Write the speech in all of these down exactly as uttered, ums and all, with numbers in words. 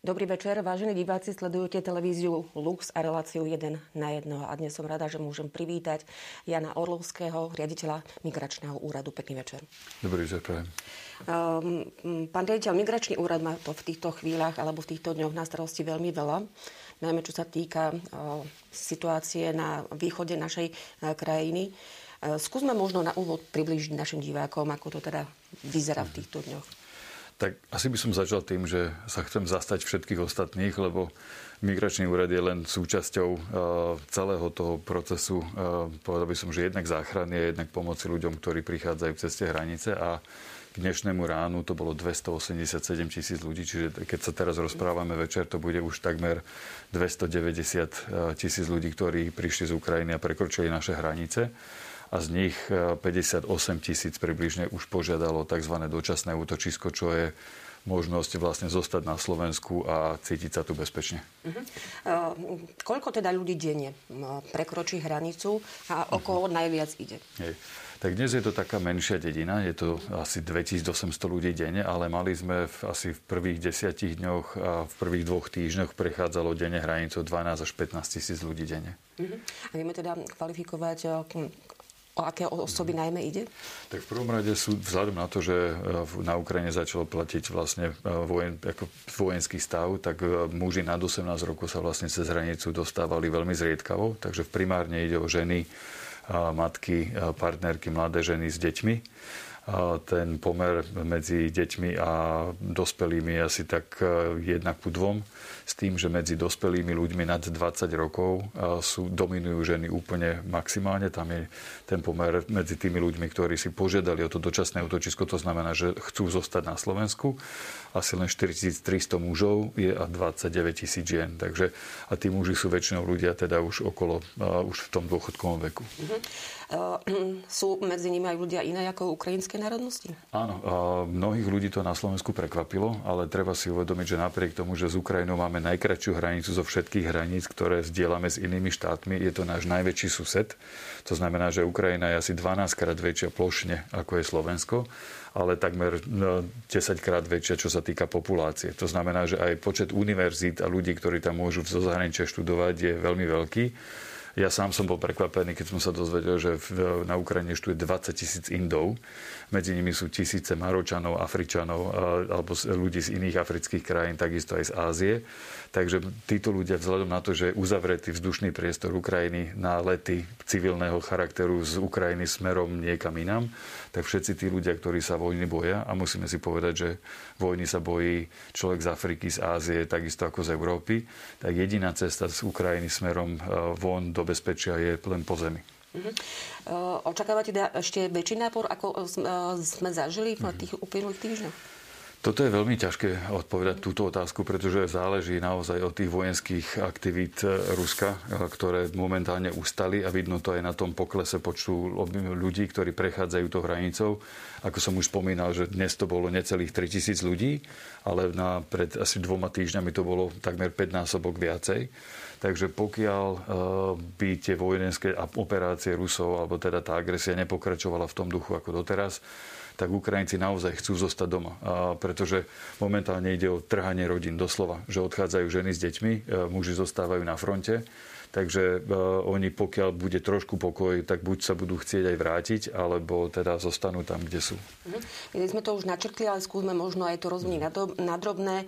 Dobrý večer, vážení diváci, sledujete televíziu Lux a reláciu jeden na jedno. A dnes som rada, že môžem privítať Jana Orlovského, riaditeľa Migračného úradu. Pekný večer. Dobrý večer, prajem. Um, pán riaditeľ, Migračný úrad má to v týchto chvíľach alebo v týchto dňoch na starosti veľmi veľa. Najmä čo sa týka uh, situácie na východe našej uh, krajiny. Uh, skúsme možno na úvod priblížiť našim divákom, ako to teda vyzerá v týchto dňoch. Tak asi by som začal tým, že sa chcem zastať všetkých ostatných, lebo Migračný úrad je len súčasťou uh, celého toho procesu. Uh, povedal by som, že jednak záchrany a jednak pomoci ľuďom, ktorí prichádzajú k ceste hranice, a k dnešnému ránu to bolo dvestoosemdesiatsedem tisíc ľudí, čiže keď sa teraz rozprávame večer, to bude už takmer dvestodeväťdesiat tisíc ľudí, ktorí prišli z Ukrajiny a prekročili naše hranice. A z nich päťdesiatosem tisíc približne už požiadalo tzv. Dočasné útočisko, čo je možnosť vlastne zostať na Slovensku a cítiť sa tu bezpečne. Uh-huh. Uh, koľko teda ľudí denne prekročí hranicu a o koho uh-huh. najviac ide? Hej. Tak dnes je to taká menšia dedina, je to asi dvetisícosemsto ľudí denne, ale mali sme v, asi v prvých desiatich dňoch a v prvých dvoch týždňoch prechádzalo denne hranicu dvanásť až pätnásť tisíc ľudí denne. Uh-huh. A vieme teda kvalifikovať, o aké osoby najmä ide? Tak v prvom rade sú, vzhľadom na to, že na Ukrajine začalo platiť vlastne vojen, ako vojenský stav, tak muži nad osemnásť rokov sa vlastne cez hranicu dostávali veľmi zriedkavo, takže primárne ide o ženy, matky, partnerky, mladé ženy s deťmi. Ten pomer medzi deťmi a dospelými je asi tak jedna ku dvom, s tým, že medzi dospelými ľuďmi nad dvadsať rokov sú, dominujú ženy úplne maximálne. Tam je ten pomer medzi tými ľuďmi, ktorí si požiadali o to dočasné útočisko, to znamená, že chcú zostať na Slovensku. Asi len štyritisíctristo mužov je a dvadsaťdeväť tisíc žien. Takže, a tí muži sú väčšinou ľudia teda už okolo, už v tom dôchodkovom veku. Uh-huh. Uh, sú medzi nimi aj ľudia iné ako ukrajinské národnosti? Áno, uh, mnohých ľudí to na Slovensku prekvapilo, ale treba si uvedomiť, že napriek tomu, že s Ukrajinou máme najkratšiu hranicu zo všetkých hraníc, ktoré zdieľame s inými štátmi, je to náš najväčší sused. To znamená, že Ukrajina je asi dvanásťkrát väčšia plošne, ako je Slovensko, ale takmer desaťkrát väčšia, čo sa týka populácie. To znamená, že aj počet univerzít a ľudí, ktorí tam môžu zo zahraničia študovať, je veľmi veľký. Ja sám som bol prekvapený, keď som sa dozvedel, že v, na Ukrajine študuje dvadsať tisíc Indov. Medzi nimi sú tisíce Maročanov, Afričanov alebo ľudí z iných afrických krajín, takisto aj z Ázie. Takže títo ľudia vzhľadom na to, že je uzavretý vzdušný priestor Ukrajiny na lety civilného charakteru z Ukrajiny smerom niekam inám, tak všetci tí ľudia, ktorí sa vojny boja, a musíme si povedať, že vojny sa bojí človek z Afriky, z Ázie, takisto ako z Európy, tak jediná cesta z Ukrajiny smerom von do bezpečia je len po zemi. Uh-huh. Očakávate ešte väčší nápor, ako sme zažili v tých uplynulých týždňoch? Toto je veľmi ťažké odpovedať túto otázku, pretože záleží naozaj od tých vojenských aktivít Ruska, ktoré momentálne ustali, a vidno to aj na tom poklese počtu ľudí, ktorí prechádzajú tou hranicou. Ako som už spomínal, že dnes to bolo necelých tritisíc ľudí, ale na, pred asi dvoma týždňami to bolo takmer päťnásobok viacej. Takže pokiaľ by tie vojenské operácie Rusov, alebo teda tá agresia nepokračovala v tom duchu ako doteraz, tak Ukrajinci naozaj chcú zostať doma. A pretože momentálne ide o trhanie rodín doslova, že odchádzajú ženy s deťmi, muži zostávajú na fronte. Takže uh, oni, pokiaľ bude trošku pokoj, tak buď sa budú chcieť aj vrátiť, alebo teda zostanú tam, kde sú. My sme to už načrtli, ale skúsme možno aj to rozumieť na drobné,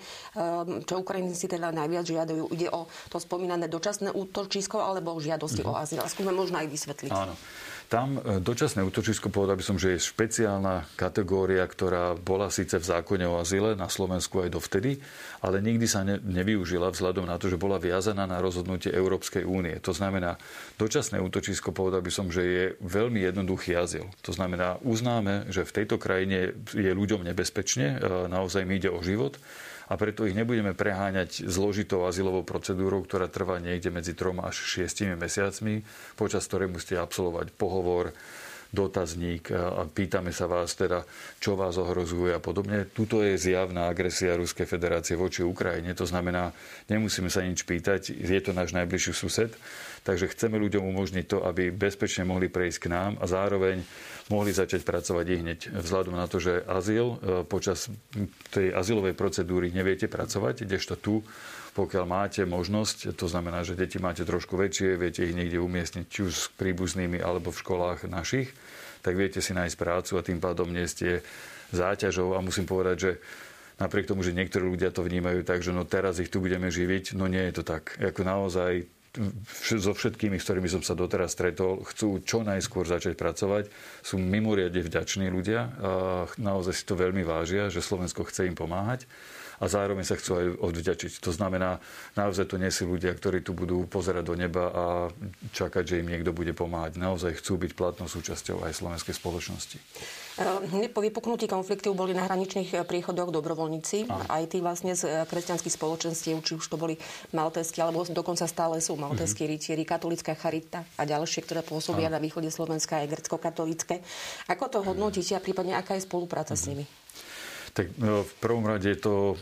čo Ukrajinci teda najviac žiadajú. Ide o to spomínané dočasné útočisko alebo žiadosti mm-hmm. o azyl. Skúsme možno aj vysvetliť. Áno. Tam dočasné útočisko, povedal by som, že je špeciálna kategória, ktorá bola síce v zákone o azyle na Slovensku aj dovtedy, ale nikdy sa ne, nevyužila vzhľadom na to, že bola viazaná na rozhodnutie Európskej únie. To znamená, dočasné útočisko, povedal by som, že je veľmi jednoduchý azyl. To znamená, uznáme, že v tejto krajine je ľuďom nebezpečne, naozaj mi ide o život, a preto ich nebudeme preháňať zložitou azylovou procedúrou, ktorá trvá niekde medzi troma až šiestimi mesiacmi, počas ktorej musíte absolvovať pohovor, dotazník a pýtame sa vás teda, čo vás ohrozuje a podobne. Tuto je zjavná agresia Ruskej federácie voči Ukrajine. To znamená, nemusíme sa nič pýtať, je to náš najbližší sused. Takže chceme ľuďom umožniť to, aby bezpečne mohli prejsť k nám, a zároveň mohli začať pracovať i hneď. Vzhľadom na to, že azyl počas tej azylovej procedúry neviete pracovať, kdežto tu, pokiaľ máte možnosť, to znamená, že deti máte trošku väčšie, viete ich niekde umiestniť, či už s príbuznými alebo v školách našich, tak viete si nájsť prácu a tým pádom nie ste záťažou. A musím povedať, že napriek tomu, že niektorí ľudia to vnímajú tak, že no teraz ich tu budeme živiť, no nie je to tak. Ako naozaj so všetkými, s ktorými som sa doteraz stretol, chcú čo najskôr začať pracovať. Sú mimoriadne vďační ľudia a naozaj si to veľmi vážia, že Slovensko chce im pomáhať a zároveň sa chcú aj odvďačiť. To znamená, naozaj to nie sú ľudia, ktorí tu budú pozerať do neba a čakať, že im niekto bude pomáhať. Naozaj chcú byť platnou súčasťou aj slovenskej spoločnosti. Hneď po vypuknutí konfliktu boli na hraničných priechodoch dobrovoľníci, aj tí vlastne z kresťanských spoločenstiev, či už to boli maltézski, alebo dokonca stále sú maltézski mm-hmm. rytieri, katolícka charita a ďalšie, ktoré pôsobia a. na východe Slovenska, aj grécko-katolícke. Ako to hodnotíte a prípadne aká je spolupráca mm-hmm. s nimi? Tak v prvom rade je to,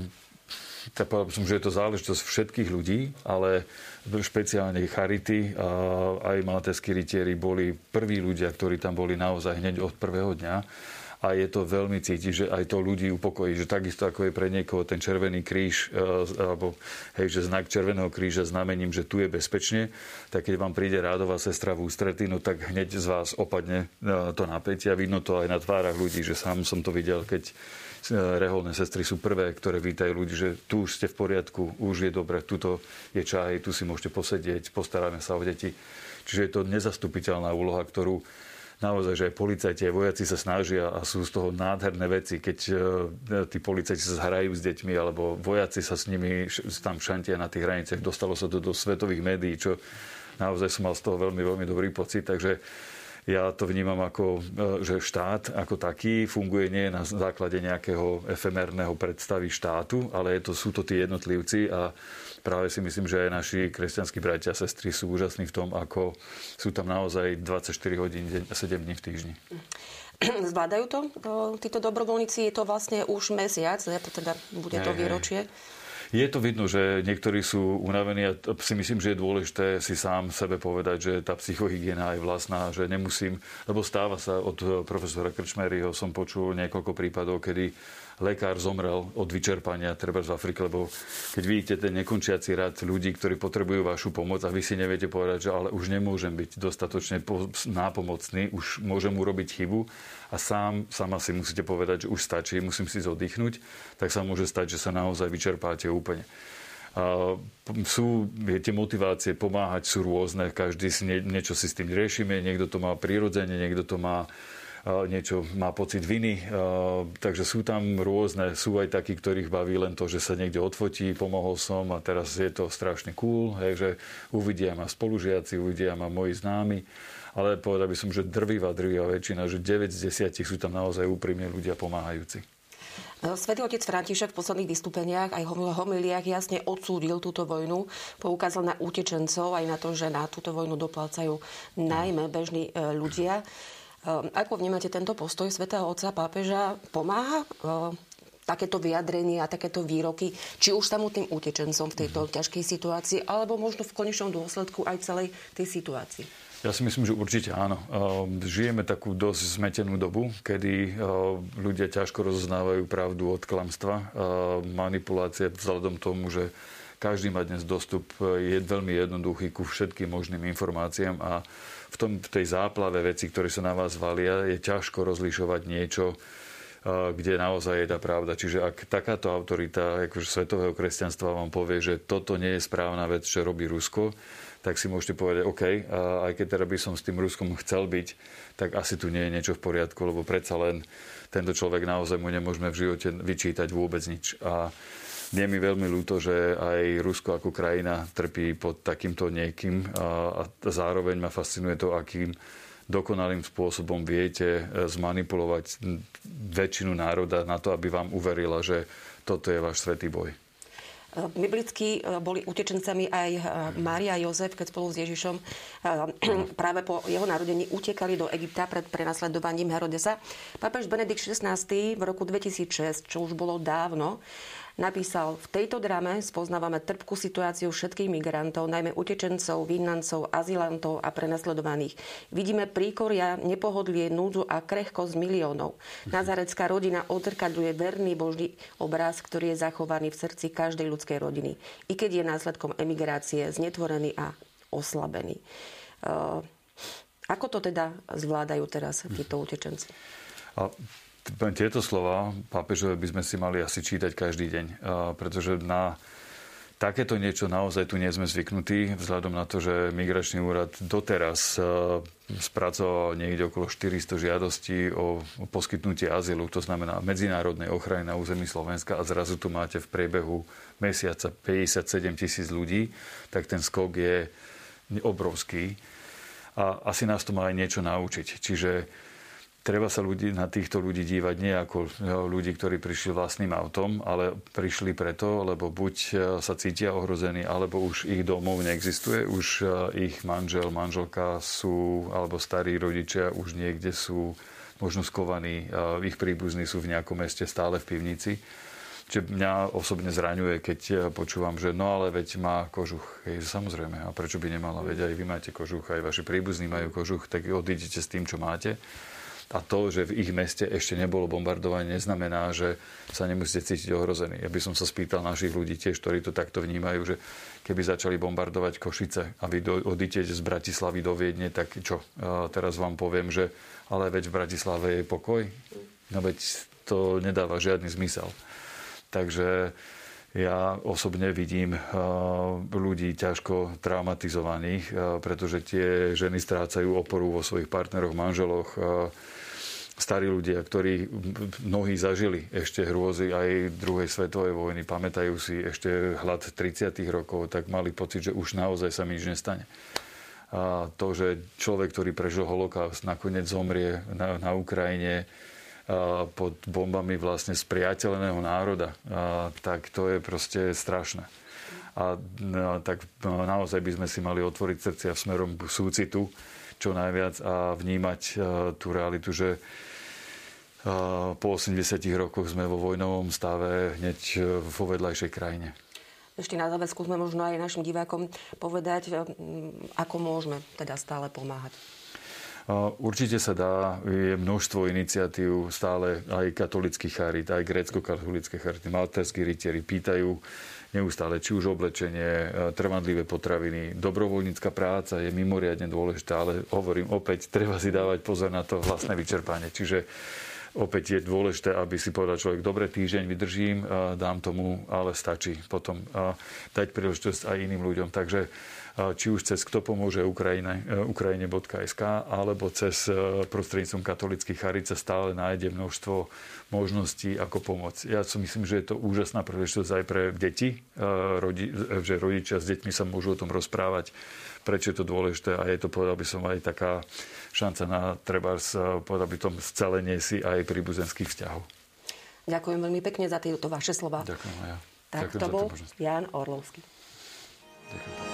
tak povedal som, že je to záležitosť všetkých ľudí, ale špeciálne charity a aj maltézski rytieri boli prví ľudia, ktorí tam boli naozaj hneď od prvého dňa. A je to veľmi cítiť, že aj to ľudí upokojí, že takisto ako je pre niekoho ten červený kríž, alebo hej, že znak červeného kríža znamením, že tu je bezpečne, tak keď vám príde rádová sestra v ústretí, no tak hneď z vás opadne to napätie a vidno to aj na tvárach ľudí, že sám som to videl, keď reholné sestry sú prvé, ktoré vítajú ľudí, že tu už ste v poriadku, už je dobre, tuto je čaj, tu si môžete posedieť, postaráme sa o deti. Čiže je to nezastupiteľná úloha, ktorú naozaj, že aj policajti, aj vojaci sa snažia a sú z toho nádherné veci, keď tí policajti sa hrajú s deťmi, alebo vojaci sa s nimi tam šantia na tých hraniciach. Dostalo sa to do svetových médií, čo naozaj som mal z toho veľmi, veľmi dobrý pocit. Takže ja to vnímam ako, že štát ako taký funguje nie na základe nejakého efemérneho predstavy štátu, ale je to, sú to tí jednotlivci a práve si myslím, že aj naši kresťanskí bratia a sestry sú úžasní v tom, ako sú tam naozaj dvadsaťštyri hodín a sedem dní v týždni. Zvládajú to? Títo dobrovoľníci, je to vlastne už mesiac, teda bude to výročie. Je to vidno, že niektorí sú unavení a si myslím, že je dôležité si sám sebe povedať, že tá psychohygiena je vlastná, že nemusím, lebo stáva sa od profesora Krčmeryho, som počul niekoľko prípadov, kedy lekár zomrel od vyčerpania, treba v Afrike, lebo keď vidíte ten nekončiaci rad ľudí, ktorí potrebujú vašu pomoc a vy si neviete povedať, že ale už nemôžem byť dostatočne nápomocný, už môžem urobiť chybu a sám, sama si musíte povedať, že už stačí, musím si oddychnúť, tak sa môže stať, že sa naozaj vyčerpáte úplne. A sú, tie motivácie pomáhať sú rôzne, každý si nie, niečo si s tým riešime, niekto to má prirodzene, niekto to má niečo má pocit viny, takže sú tam rôzne, sú aj takí, ktorých baví len to, že sa niekde odfotí, pomohol som a teraz je to strašne cool, hej, že uvidia ma spolužiaci, uvidia ma moji známi, ale povedal by som, že drvivá, drvivá väčšina, že deväť z desiatich sú tam naozaj úprimne ľudia pomáhajúci. Svätý otec František v posledných vystúpeniach aj homiliách jasne odsúdil túto vojnu, poukázal na utečencov aj na to, že na túto vojnu doplácajú najmä bežní ľudia. Ako vnímate tento postoj svätého otca pápeža? Pomáha takéto vyjadrenie a takéto výroky, či už samotným utečencom v tejto ťažkej situácii, alebo možno v konečnom dôsledku aj celej tej situácii? Ja si myslím, že určite áno. Žijeme takú dosť zmetenú dobu, kedy ľudia ťažko rozoznávajú pravdu od klamstva. Manipulácie vzhľadom tomu, že každý má dnes dostup, je veľmi jednoduchý ku všetkým možným informáciám a v, tom, v tej záplave veci, ktoré sa na vás valia, je ťažko rozlišovať niečo, kde naozaj je tá pravda. Čiže ak takáto autorita akože svetového kresťanstva vám povie, že toto nie je správna vec, čo robí Rusko, tak si môžete povedať, OK, aj keď teda by som s tým Ruskom chcel byť, tak asi tu nie je niečo v poriadku, lebo predsa len tento človek naozaj mu nemôžeme v živote vyčítať vôbec nič. A je mi veľmi ľúto, že aj Rusko ako krajina trpí pod takýmto niekým a, a zároveň ma fascinuje to, akým dokonalým spôsobom viete zmanipulovať väčšinu národa na to, aby vám uverila, že toto je váš svätý boj. Biblicky boli utečencami aj Mária a Jozef, keď spolu s Ježišom práve po jeho narodení utekali do Egypta pred prenasledovaním Herodesa. Pápež Benedikt šestnásty v roku dvetisícšesť, čo už bolo dávno, Napísal: v tejto drame spoznávame trpkú situáciu všetkých migrantov, najmä utečencov, vyhnancov, azylantov a prenasledovaných. Vidíme príkoria, nepohodlie, núdzu a krehkosť miliónov. Nazarecká rodina odzrkadľuje verný Boží obraz, ktorý je zachovaný v srdci každej ľudskej rodiny, i keď je následkom emigrácie znetvorený a oslabený. Uh, ako to teda zvládajú teraz títo utečenci? A tieto slova pápežové by sme si mali asi čítať každý deň, pretože na takéto niečo naozaj tu nie sme zvyknutí, vzhľadom na to, že Migračný úrad doteraz spracoval niekde okolo štyristo žiadostí o poskytnutie azylu, to znamená medzinárodnej ochrany na území Slovenska, a zrazu tu máte v priebehu mesiaca päťdesiatsedem tisíc ľudí, tak ten skok je obrovský. A asi nás to má aj niečo naučiť. Čiže treba sa ľudí, na týchto ľudí dívať nie ako ľudí, ktorí prišli vlastným autom, ale prišli preto, lebo buď sa cítia ohrození, alebo už ich domov neexistuje, už ich manžel, manželka sú, alebo starí rodičia už niekde sú možno skovaní, ich príbuzní sú v nejakom meste stále v pivnici. Čiže mňa osobne zraňuje, keď počúvam, že no ale veď má kožuch. Hej, samozrejme, a prečo by nemala? Veď aj vy máte kožuch, aj vaši príbuzní majú kožuch, tak odídete s tým, čo máte. A to, že v ich meste ešte nebolo bombardovanie, neznamená, že sa nemusíte cítiť ohrození. Ja by som sa spýtal našich ľudí tiež, ktorí to takto vnímajú, že keby začali bombardovať Košice a vy odídete z Bratislavy do Viedne, tak čo? A teraz vám poviem, že ale veď v Bratislave je pokoj. No veď to nedáva žiadny zmysel. Takže ja osobne vidím ľudí ťažko traumatizovaných, pretože tie ženy strácajú oporu vo svojich partneroch, manželoch. Starí ľudia, ktorí mnohí zažili ešte hrôzy aj druhej svetovej vojny, pamätajú si ešte hlad tridsiatych rokov, tak mali pocit, že už naozaj sa mi nič nestane. A to, že človek, ktorý prežil holokaust, nakoniec zomrie na, na Ukrajine pod bombami vlastne spriateľeného národa, a tak to je proste strašné. A, a tak naozaj by sme si mali otvoriť srdcia smerom k súcitu čo najviac a vnímať a, tú realitu, že a, po osemdesiatich rokoch sme vo vojnovom stave hneď vo vedľajšej krajine. Ešte na záver skúsme možno aj našim divákom povedať, ako môžeme teda stále pomáhať. Určite sa dá, je množstvo iniciatív stále aj katolických charít, aj grécko-katolické charity, maltérsky rytieri pýtajú neustále, či už oblečenie, trvanlivé potraviny. Dobrovoľnícka práca je mimoriadne dôležitá, ale hovorím opäť, treba si dávať pozor na to vlastné vyčerpanie. Čiže opäť je dôležité, aby si povedal človek, dobre, týždeň vydržím, dám tomu, ale stačí potom dať príležitosť aj iným ľuďom. Takže či už cez Kto pomôže Ukrajine, ukrajine bodka es ká alebo cez prostredníctvom katolíckych charít sa stále nájde množstvo možností, ako pomôcť. Ja si myslím, že je to úžasná príležitosť aj pre deti, rodi, že rodičia s deťmi sa môžu o tom rozprávať, prečo je to dôležité, a je to, povedal by som, aj taká šanca na trebárs, povedal by tom, scelenie si aj príbuzenských vzťahov. Ďakujem veľmi pekne za tieto vaše slova. Ďakujem aj ja. Tak Ďakujem to bol Ján Orlovský. Ďakujem.